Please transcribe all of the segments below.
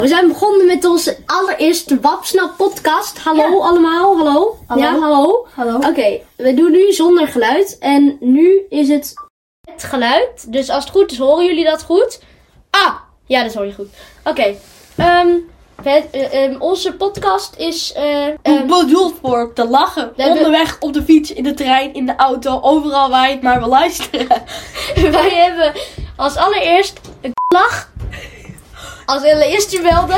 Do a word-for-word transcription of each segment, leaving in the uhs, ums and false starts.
We zijn begonnen met onze allereerste Wapsnap podcast. Hallo ja. allemaal, hallo. Hallo. Ja, hallo. Hallo. Oké, okay, we doen nu zonder geluid. En nu is het het geluid. Dus als het goed is, horen jullie dat goed? Ah, ja, dat hoor je goed. Oké, okay. um, uh, um, onze podcast is... Uh, um, bedoeld voor te lachen. Onderweg, op de fiets, in de trein, in de auto, overal waar je het maar wil luisteren. Wij hebben als allereerst een lach. Als allereerste belde.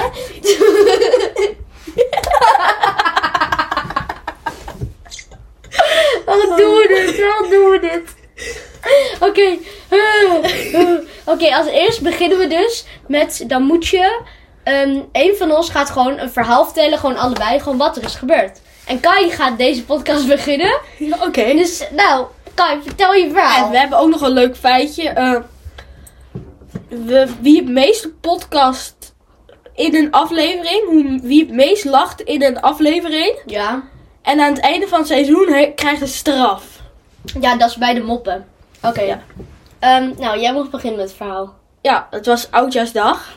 Wat doen we dit? Wat doen we dit? Oké. Okay. Uh, uh. Oké, okay, als eerst beginnen we dus met... Dan moet je... Um, een van ons gaat gewoon een verhaal vertellen. Gewoon allebei. Gewoon wat er is gebeurd. En Kai gaat deze podcast beginnen. Ja, oké. Okay. Dus nou, Kai, vertel je verhaal. En we hebben ook nog een leuk feitje. Uh, we, wie het meeste podcast in een aflevering. Hoe, wie het meest lacht in een aflevering. Ja. En aan het einde van het seizoen he, krijgt een straf. Ja, dat is bij de moppen. Oké. Okay. Ja. Um, nou, jij mag beginnen met het verhaal. Ja, het was Oudjaarsdag.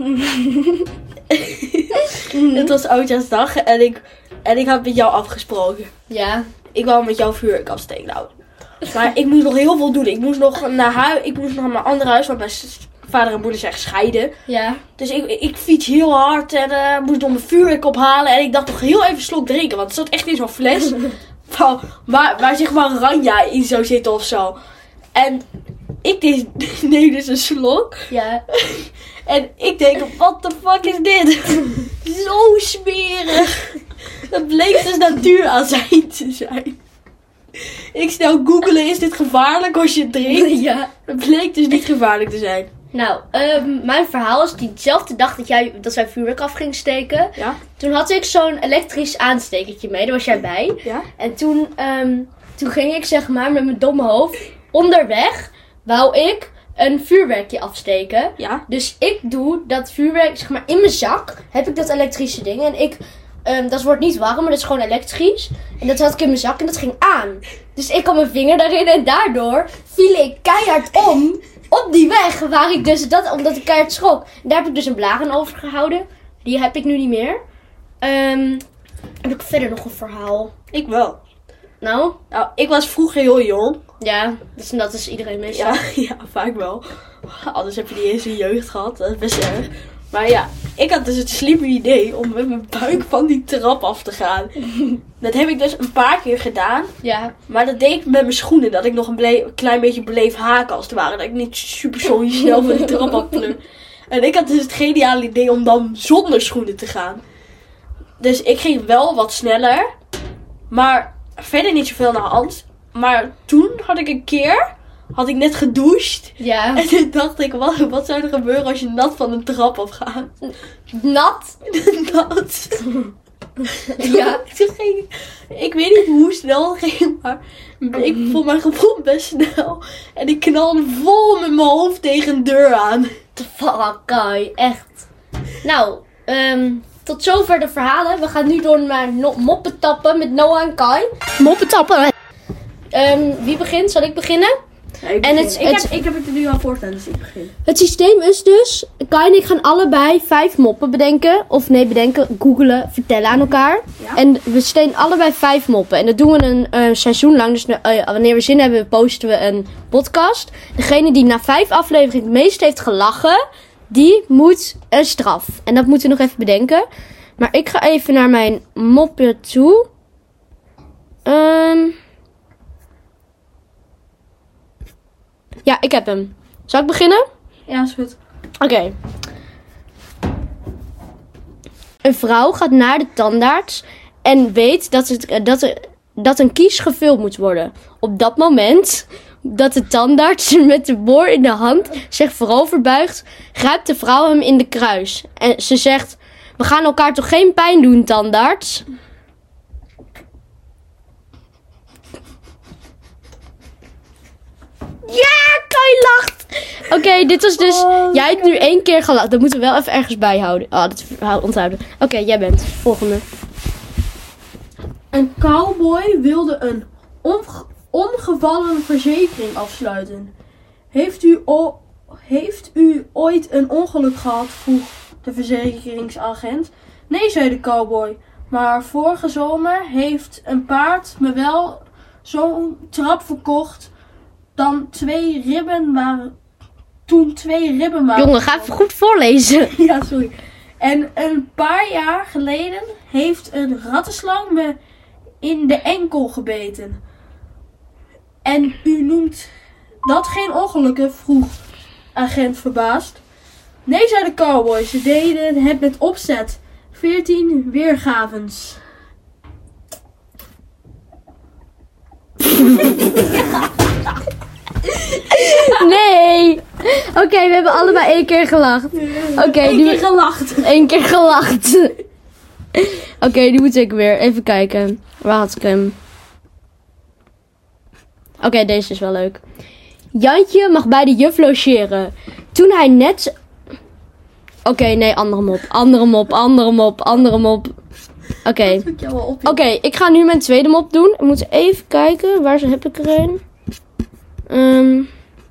Het was Oudjaarsdag en ik, en ik had met jou afgesproken. Ja. Ik wou met jou vuurwerk afsteken. Nou. Maar ik moest nog heel veel doen. Ik moest nog naar huis. Ik moest nog naar mijn andere huis, want mijn vader en moeder zijn gescheiden. Ja. Dus ik, ik fiets heel hard en uh, moest nog mijn vuurwerk ophalen. En ik dacht nog heel even een slok drinken, want het zat echt in zo'n fles. Van, waar, waar zeg maar ranja in zou zitten of zo. En ik deed, neem dus een slok. Ja. En ik denk, what the fuck is dit? Zo smerig. Dat bleek dus natuurazijn te zijn. Ik snel googelen, is dit gevaarlijk als je het drinkt? Ja. Het bleek dus niet gevaarlijk te zijn. Nou, um, mijn verhaal is diezelfde dag dat, jij, dat wij vuurwerk af ging steken. Ja. Toen had ik zo'n elektrisch aanstekertje mee, daar was jij bij. Ja. En toen, um, toen ging ik zeg maar met mijn domme hoofd onderweg, wou ik een vuurwerkje afsteken. Ja. Dus ik doe dat vuurwerk, zeg maar, in mijn zak heb ik dat elektrische ding. En ik, um, dat wordt niet warm, maar dat is gewoon elektrisch. En dat had ik in mijn zak en dat ging aan. Dus ik had mijn vinger daarin en daardoor viel ik keihard om op die weg. Waar ik dus dat, omdat ik keihard schrok. En daar heb ik dus een blaar aan overgehouden. Die heb ik nu niet meer. Um, heb ik verder nog een verhaal? Ik wel. Nou? Nou, ik was vroeger heel jong. Ja, dus dat is iedereen meestal. Ja, ja, vaak wel. Anders heb je niet eens een jeugd gehad. Dat is best erg. Maar ja, ik had dus het slimme idee om met mijn buik van die trap af te gaan. Dat heb ik dus een paar keer gedaan. Ja. Maar dat deed ik met mijn schoenen. Dat ik nog een, ble- een klein beetje bleef haken als het ware. Dat ik niet super zo snel van die trap afpluk. En ik had dus het geniale idee om dan zonder schoenen te gaan. Dus ik ging wel wat sneller. Maar verder niet zoveel naar de hand. Maar toen had ik een keer, had ik net gedoucht. Ja. En toen dacht ik, wat, wat zou er gebeuren als je nat van een trap afgaat? Nat? Nat. Ja. Toen ging, ik weet niet hoe snel het ging, maar ik vond mijn gevoel best snel. En ik knalde vol met mijn hoofd tegen een deur aan. The fuck, Kai. Echt. Nou, um, tot zover de verhalen. We gaan nu door naar no- moppen tappen met Noah en Kai. Moppen tappen. Um, wie begint? Zal ik beginnen? Ja, ik, en het, het, ik, het, heb, ik heb het er nu al voorstaan, dus ik begin. Het systeem is dus, Kai en ik gaan allebei vijf moppen bedenken. Of nee, bedenken, googelen, vertellen aan elkaar. Ja. En we steken allebei vijf moppen. En dat doen we een uh, seizoen lang. Dus uh, wanneer we zin hebben, posten we een podcast. Degene die na vijf afleveringen het meest heeft gelachen, die moet een straf. En dat moeten we nog even bedenken. Maar ik ga even naar mijn moppen toe. Um... Ja, ik heb hem. Zal ik beginnen? Ja, is goed. Oké. Okay. Een vrouw gaat naar de tandarts en weet dat, het, dat, er, dat een kies gevuld moet worden. Op dat moment dat de tandarts met de boor in de hand zich voorover buigt, grijpt de vrouw hem in de kruis. En ze zegt, we gaan elkaar toch geen pijn doen, tandarts? Ja, Kai lacht. Oké, okay, dit was dus... Oh, jij hebt nu één keer gelachen. Dat moeten we wel even ergens bijhouden. Oh, dat onthouden. Oké, okay, jij bent. Volgende. Een cowboy wilde een onge- ongevallen verzekering afsluiten. Heeft u, o- heeft u ooit een ongeluk gehad? Vroeg de verzekeringsagent. Nee, zei de cowboy. Maar vorige zomer heeft een paard me wel zo'n trap verkocht. Dan twee ribben waren... Toen twee ribben waren... Jongen, ga even goed voorlezen. Ja, sorry. En een paar jaar geleden heeft een rattenslang me in de enkel gebeten. En u noemt dat geen ongelukken? Vroeg agent verbaasd. Nee, zei de cowboy. Ze deden het met opzet. Veertien weergavens. Nee. Oké, okay, we hebben allebei één keer gelacht. Oké, okay, Eén nu... keer gelacht. Eén keer gelacht. Oké, okay, nu moet ik weer. Even kijken. Waar had ik hem? Oké, okay, deze is wel leuk. Jantje mag bij de juf logeren. Toen hij net... Oké, okay, nee, andere mop. Andere mop, andere mop, andere mop. Oké. Okay. Oké, okay, ik ga nu mijn tweede mop doen. Ik moet even kijken. Waar heb ik er een? Um,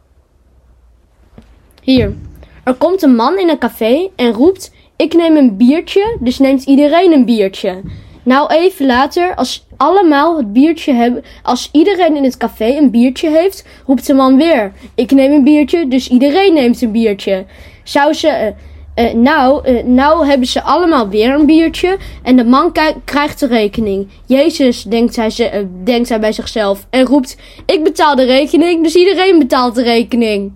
hier. Er komt een man in een café en roept... Ik neem een biertje, dus neemt iedereen een biertje. Nou, even later, als allemaal het biertje hebben... Als iedereen in het café een biertje heeft, roept de man weer... Ik neem een biertje, dus iedereen neemt een biertje. Zou ze... Uh, uh, nou, uh, nou hebben ze allemaal weer een biertje en de man k- krijgt de rekening. Jezus, denkt hij, uh, denkt hij bij zichzelf en roept... Ik betaal de rekening, dus iedereen betaalt de rekening.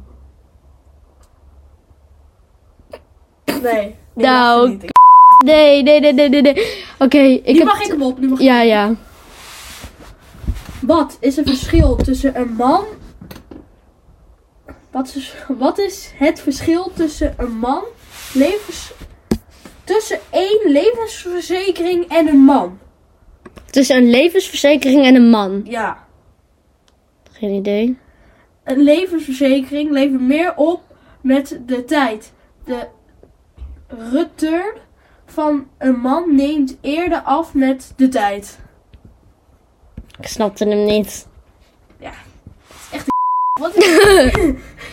Nee. Nou, nee, nee, nee, nee, nee, nee. Oké, okay, ik nu heb... mag ik hem op, nu mag Ja, ik hem ja. Wat is het verschil tussen een man... Wat is, wat is het verschil tussen een man... Levens... Tussen één levensverzekering en een man? Tussen een levensverzekering en een man? Ja. Geen idee. Een levensverzekering levert meer op met de tijd. De return van een man neemt eerder af met de tijd. Ik snapte hem niet. Ja. Echt een Wat is het?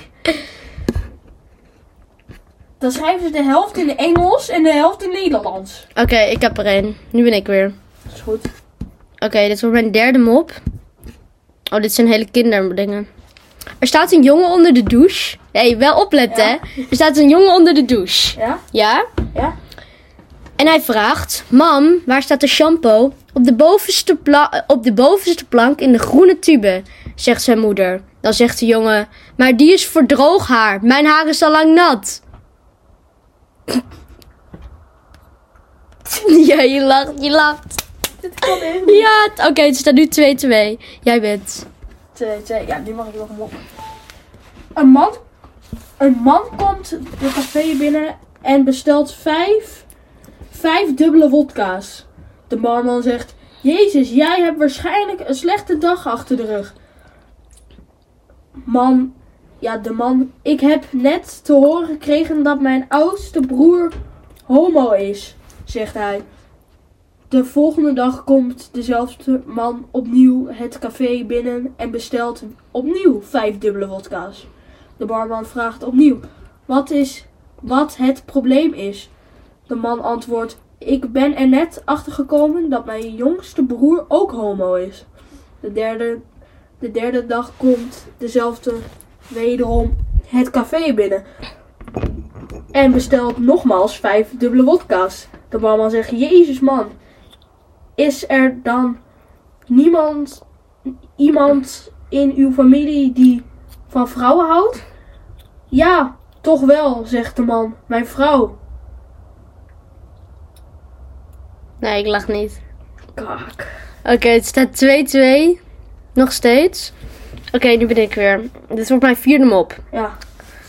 Dan schrijven ze de helft in het Engels en de helft in het Nederlands. Oké, okay, ik heb er één. Nu ben ik weer. Dat is goed. Oké, okay, dit wordt mijn derde mop. Oh, dit zijn hele kinderdingen. Er staat een jongen onder de douche. Hé, hey, wel opletten, ja. Hè. Er staat een jongen onder de douche. Ja? Ja? Ja. En hij vraagt... Mam, waar staat de shampoo? Op de bovenste, pla- op de bovenste plank in de groene tube, zegt zijn moeder. Dan zegt de jongen... Maar die is voor droog haar. Mijn haar is al lang nat. Ja, je lacht, je lacht. Dit kan echt niet. Ja, oké, okay, het staat nu twee twee. Jij bent. twee twee, ja, nu mag ik nog een mop. Een man, een man komt de café binnen en bestelt vijf, vijf dubbele wodka's. De barman zegt, Jezus, jij hebt waarschijnlijk een slechte dag achter de rug. Man, ja, de man, ik heb net te horen gekregen dat mijn oudste broer homo is, zegt hij. De volgende dag komt dezelfde man opnieuw het café binnen en bestelt opnieuw vijf dubbele wodka's. De barman vraagt opnieuw wat, is, wat het probleem is. De man antwoordt, ik ben er net achter gekomen dat mijn jongste broer ook homo is. De derde, de derde dag komt dezelfde wederom het café binnen en bestelt nogmaals vijf dubbele wodka's. De barman zegt, Jezus man, is er dan niemand, iemand in uw familie die van vrouwen houdt? Ja, toch wel, zegt de man, mijn vrouw. Nee, ik lach niet. Kak. Oké, okay, het staat twee twee. Nog steeds. Oké, okay, nu ben ik weer. Dit wordt mijn vierde mop. Ja.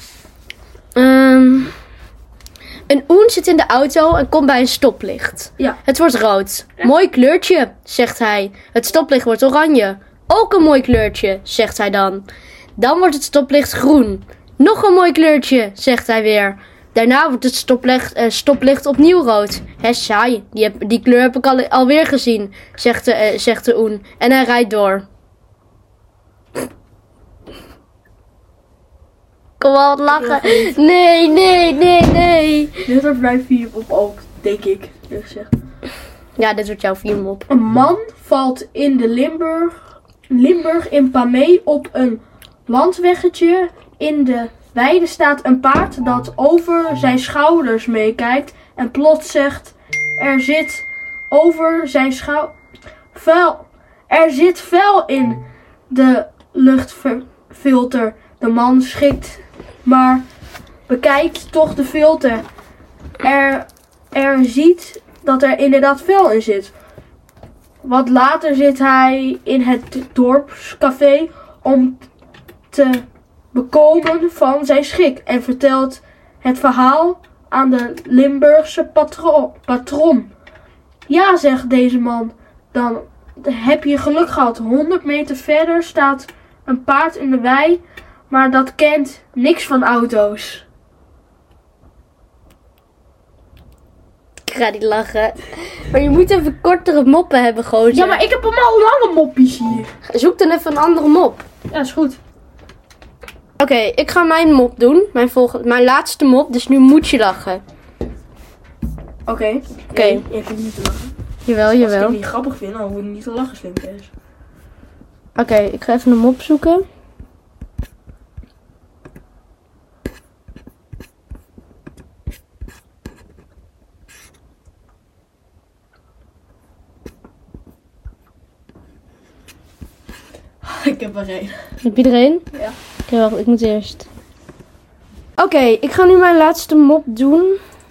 Um, een oen zit in de auto en komt bij een stoplicht. Ja. Het wordt rood. Ja. Mooi kleurtje, zegt hij. Het stoplicht wordt oranje. Ook een mooi kleurtje, zegt hij dan. Dan wordt het stoplicht groen. Nog een mooi kleurtje, zegt hij weer. Daarna wordt het stoplicht, uh, stoplicht opnieuw rood. Hé, saai. Die, heb, die kleur heb ik al, alweer gezien, zegt de, uh, zegt de oen. En hij rijdt door. kom op, lachen. Nee, nee, nee, nee. Dit wordt mijn vier op ook, denk ik. Gezegd. Ja, dit wordt jouw vier mop. Een man valt in de Limburg, Limburg in Pamee op een landweggetje. In de weide staat een paard dat over zijn schouders meekijkt. En plots zegt, er zit over zijn schouder... Vuil. Er zit vuil in de luchtfilter. De man schrikt, maar bekijkt toch de filter. Er, er ziet dat er inderdaad vuil in zit. Wat later zit hij in het dorpscafé om te bekomen van zijn schrik. En vertelt het verhaal aan de Limburgse patro- patron. Ja, zegt deze man, dan heb je geluk gehad. honderd meter verder staat een paard in de wei, maar dat kent niks van auto's. Ik ga niet lachen. Maar je moet even kortere moppen hebben, gozer. Ja, maar ik heb allemaal lange moppies hier. Zoek dan even een andere mop. Ja, is goed. Oké, okay, ik ga mijn mop doen. Mijn, volgende, mijn laatste mop, dus nu moet je lachen. Oké. Okay. Oké. Okay. Nee, ik hoef niet te lachen. Jawel, Als jawel. ik het niet grappig vind, dan hoef ik niet te lachen, slinkers. Oké, okay, ik ga even een mop zoeken. Ik heb er één. Heb je er één? Ja. Oké, okay, wacht, ik moet eerst. Oké, okay, ik ga nu mijn laatste mop doen.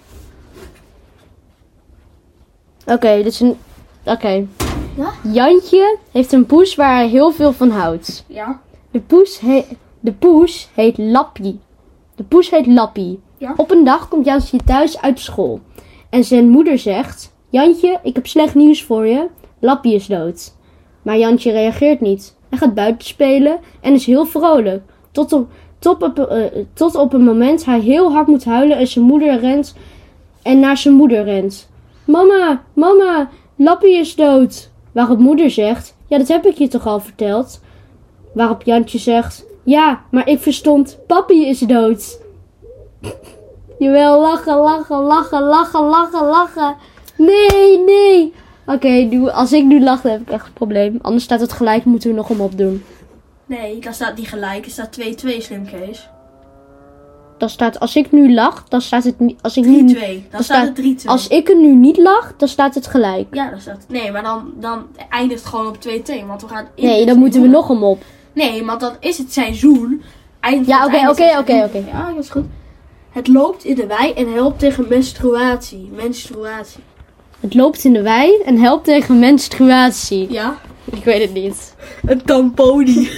Oké, okay, dit is een... Oké. Okay. Ja? Jantje heeft een poes waar hij heel veel van houdt. Ja. De poes, he- de poes heet Lappie. De poes heet Lappie. Ja? Op een dag komt Jantje thuis uit school. En zijn moeder zegt... Jantje, ik heb slecht nieuws voor je. Lappie is dood. Maar Jantje reageert niet. Hij gaat buiten spelen en is heel vrolijk. Tot op, tot op, uh, tot op een moment hij heel hard moet huilen en zijn moeder rent en naar zijn moeder rent. Mama, mama, Lappie is dood. Waarop moeder zegt, ja, dat heb ik je toch al verteld? Waarop Jantje zegt, ja, maar ik verstond, papi is dood. Jawel, lachen, lachen, lachen, lachen, lachen, lachen. Nee, nee. Oké, okay, als ik nu lach, dan heb ik echt een probleem. Anders staat het gelijk, moeten we nog een mop doen. Nee, dan staat niet gelijk. Er staat twee twee, slimkees. Dan staat, als ik nu lach, dan staat het niet... Als ik drie nu, twee. Dan, dan staat het drie twee. Als ik er nu niet lach, dan staat het gelijk. Ja, dan staat... Nee, maar dan, dan eindigt het gewoon op twee twee. Want we gaan... Nee, dan moeten we nog een mop. Nee, want dan is het seizoen. Eindigt ja, oké, oké, oké, oké. Ja, dat is goed. Het loopt in de wei en helpt tegen menstruatie. Menstruatie. Het loopt in de wei en helpt tegen menstruatie. Ja? Ik weet het niet. Een tamponie.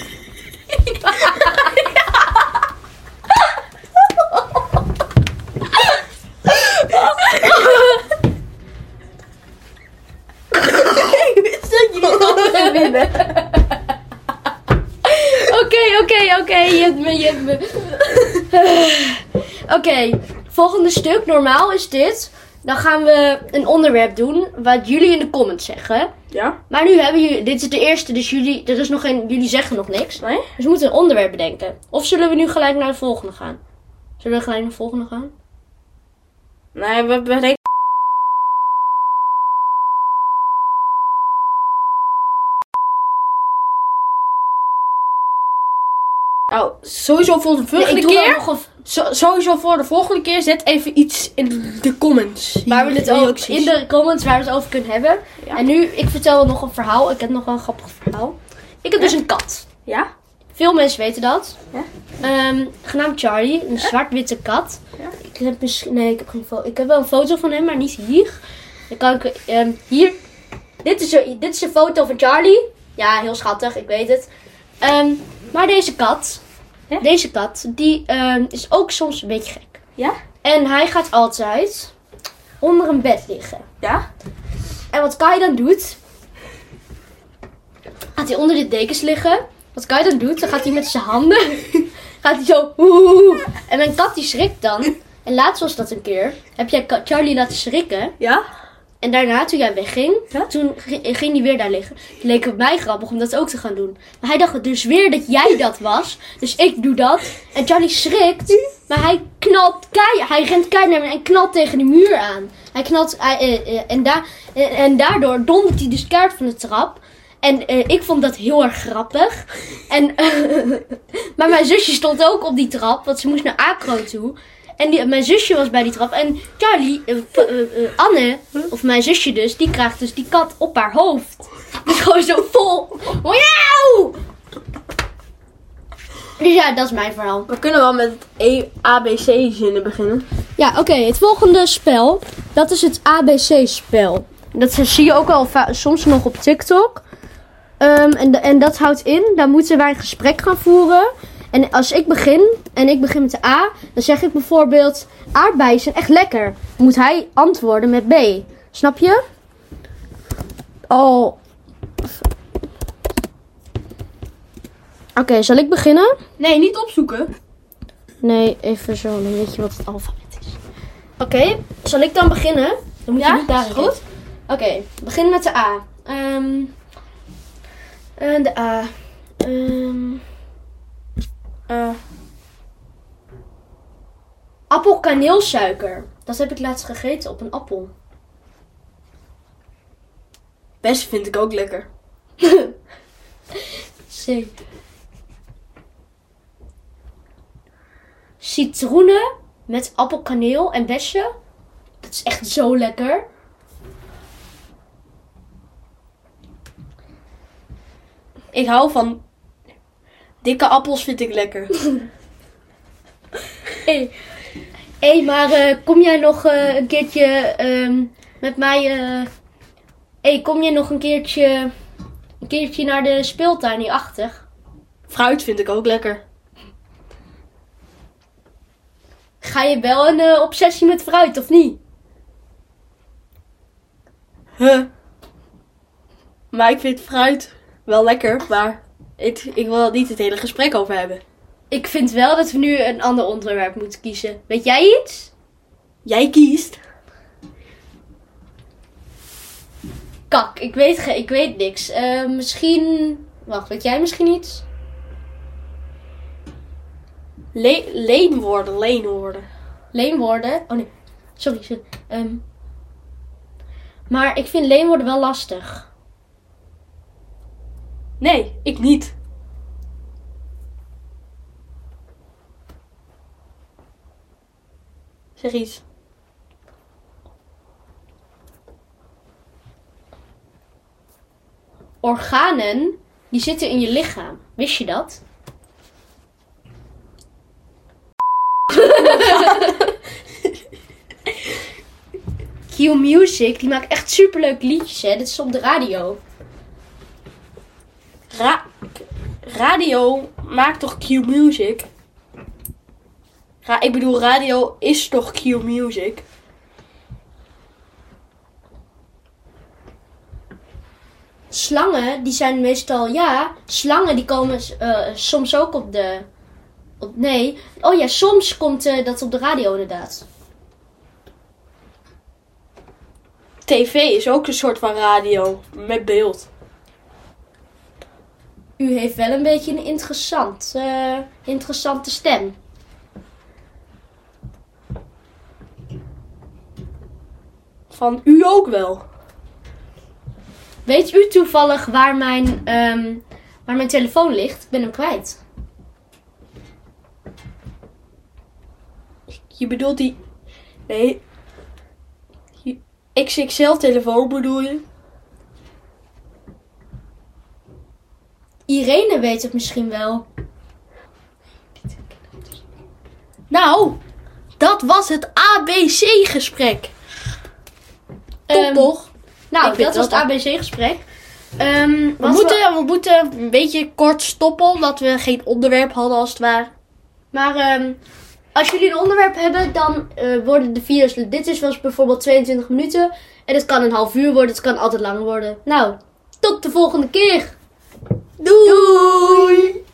Ik wist dat je dat zou winnen. Oké, oké, oké. Je hebt me, je hebt me. Oké, okay, volgende stuk. Normaal is dit. Dan gaan we een onderwerp doen wat jullie in de comments zeggen. Ja? Maar nu hebben jullie, dit is de eerste, dus jullie, er is nog geen, jullie zeggen nog niks. Nee? Dus we moeten een onderwerp bedenken. Of zullen we nu gelijk naar de volgende gaan? Zullen we gelijk naar de volgende gaan? Nee, we bedenken. Nou, sowieso voor de volgende Nee, ik doe keer. nog een... Zo, sowieso voor de volgende keer zet even iets in de comments. Waar we het ook in de comments waar we het over kunnen hebben. Ja. En nu, ik vertel nog een verhaal. Ik heb nog wel een grappig verhaal. Ik heb dus een kat. Ja? Veel mensen weten dat. Ja? Um, genaamd Charlie, een zwart-witte kat. Ja? Ik heb misschien, nee, ik heb geen foto. Ik heb wel een foto van hem, maar niet hier. Dan kan ik, um, hier. Dit is, een, dit is een foto van Charlie. Ja, heel schattig, ik weet het. Um, maar deze kat, Ja? deze kat, die um, is ook soms een beetje gek. Ja? En hij gaat altijd onder een bed liggen. Ja? En wat Kai dan doet, gaat hij onder de dekens liggen. Wat Kai dan doet, dan gaat hij met zijn handen, gaat hij zo, oeh. En mijn kat die schrikt dan. En laatst was dat een keer, heb jij Ka- Charlie laten schrikken. Ja? En daarna, toen jij wegging, Ja? toen g- ging hij weer daar liggen. Het leek het mij grappig om dat ook te gaan doen. Maar hij dacht dus weer dat jij dat was. Dus ik doe dat. En Charlie schrikt. Maar hij knalt keihard. Hij rent keihard naar beneden en knalt tegen de muur aan. Hij knalt... hij, eh, eh, en, da- en, en daardoor dondert hij dus keihard van de trap. En eh, ik vond dat heel erg grappig. En, maar mijn zusje stond ook op die trap. Want ze moest naar Acro toe. En die, mijn zusje was bij die trap. En Charlie, uh, uh, uh, Anne, of mijn zusje dus, die krijgt dus die kat op haar hoofd. Dus gewoon zo vol. Miauw! Dus ja, dat is mijn verhaal. We kunnen wel met het A B C-zinnen beginnen. Ja, oké. het volgende spel, dat is het A B C-spel. Dat zie je ook wel va- soms nog op TikTok. Um, en, de- en dat houdt in, daar moeten wij een gesprek gaan voeren. En als ik begin, en ik begin met de A, dan zeg ik bijvoorbeeld, aardbeien zijn echt lekker. Dan moet hij antwoorden met B. Snap je? Oh. Oké, zal ik beginnen? Nee, niet opzoeken. Nee, even zo, dan weet je wat het alfabet is. Oké, zal ik dan beginnen? Dan moet Ja, je niet daar is goed. Oké, begin met de A. Ehm eh, de A. Ehm Uh, Appelkaneelsuiker. Dat heb ik laatst gegeten op een appel. best vind ik ook lekker. C. Citroenen met appelkaneel en bessen. Dat is echt zo lekker. Ik hou van dikke appels, vind ik lekker. Hé, hey, maar eh, kom jij nog eh, een keertje ehm, met mij... Hé, hey, kom jij nog een keertje, een keertje naar de speeltuin hierachter? Fruit vind ik ook lekker. Ga je wel een eh, obsessie met fruit, of niet? Huh. Maar ik vind fruit wel lekker, maar ik, ik wil er niet het hele gesprek over hebben. Ik vind wel dat we nu een ander onderwerp moeten kiezen. Weet jij iets? Jij kiest. Kak, ik weet, ge- ik weet niks. Eh, misschien... Wacht, weet jij misschien iets? Le- leenwoorden, leenwoorden. Leenwoorden? Oh nee, sorry. sorry. Ehm, maar ik vind leenwoorden wel lastig. Nee, ik niet. Zeg iets. Organen, die zitten in je lichaam. Wist je dat? Q-Music, die maakt echt superleuke liedjes, hè. Dit is op de radio. Ra- radio maakt toch Q-Music? Ra- ik bedoel, radio is toch Q-Music? Slangen, die zijn meestal, ja, slangen die komen eh, soms ook op de, op, nee, oh ja, soms komt eh, dat op de radio inderdaad. T V is ook een soort van radio, met beeld. U heeft wel een beetje een interessant, eh, interessante stem. Van u ook wel. Weet u toevallig waar mijn, ehm, waar mijn telefoon ligt? Ik ben hem kwijt. Je bedoelt die... Nee. X X L-telefoon bedoel je? Irene weet het misschien wel. Nou, dat was het A B C-gesprek. Top Ehm, toch? Nou, Ik vind dat was dat het A B C-gesprek. Ehm We wat moeten, we moeten een beetje kort stoppen, omdat we geen onderwerp hadden als het ware. Maar ehm, als jullie een onderwerp hebben, dan eh, worden de video's... Dit is was bijvoorbeeld tweeëntwintig minuten. En het kan een half uur worden, het kan altijd langer worden. Nou, tot de volgende keer. Doei!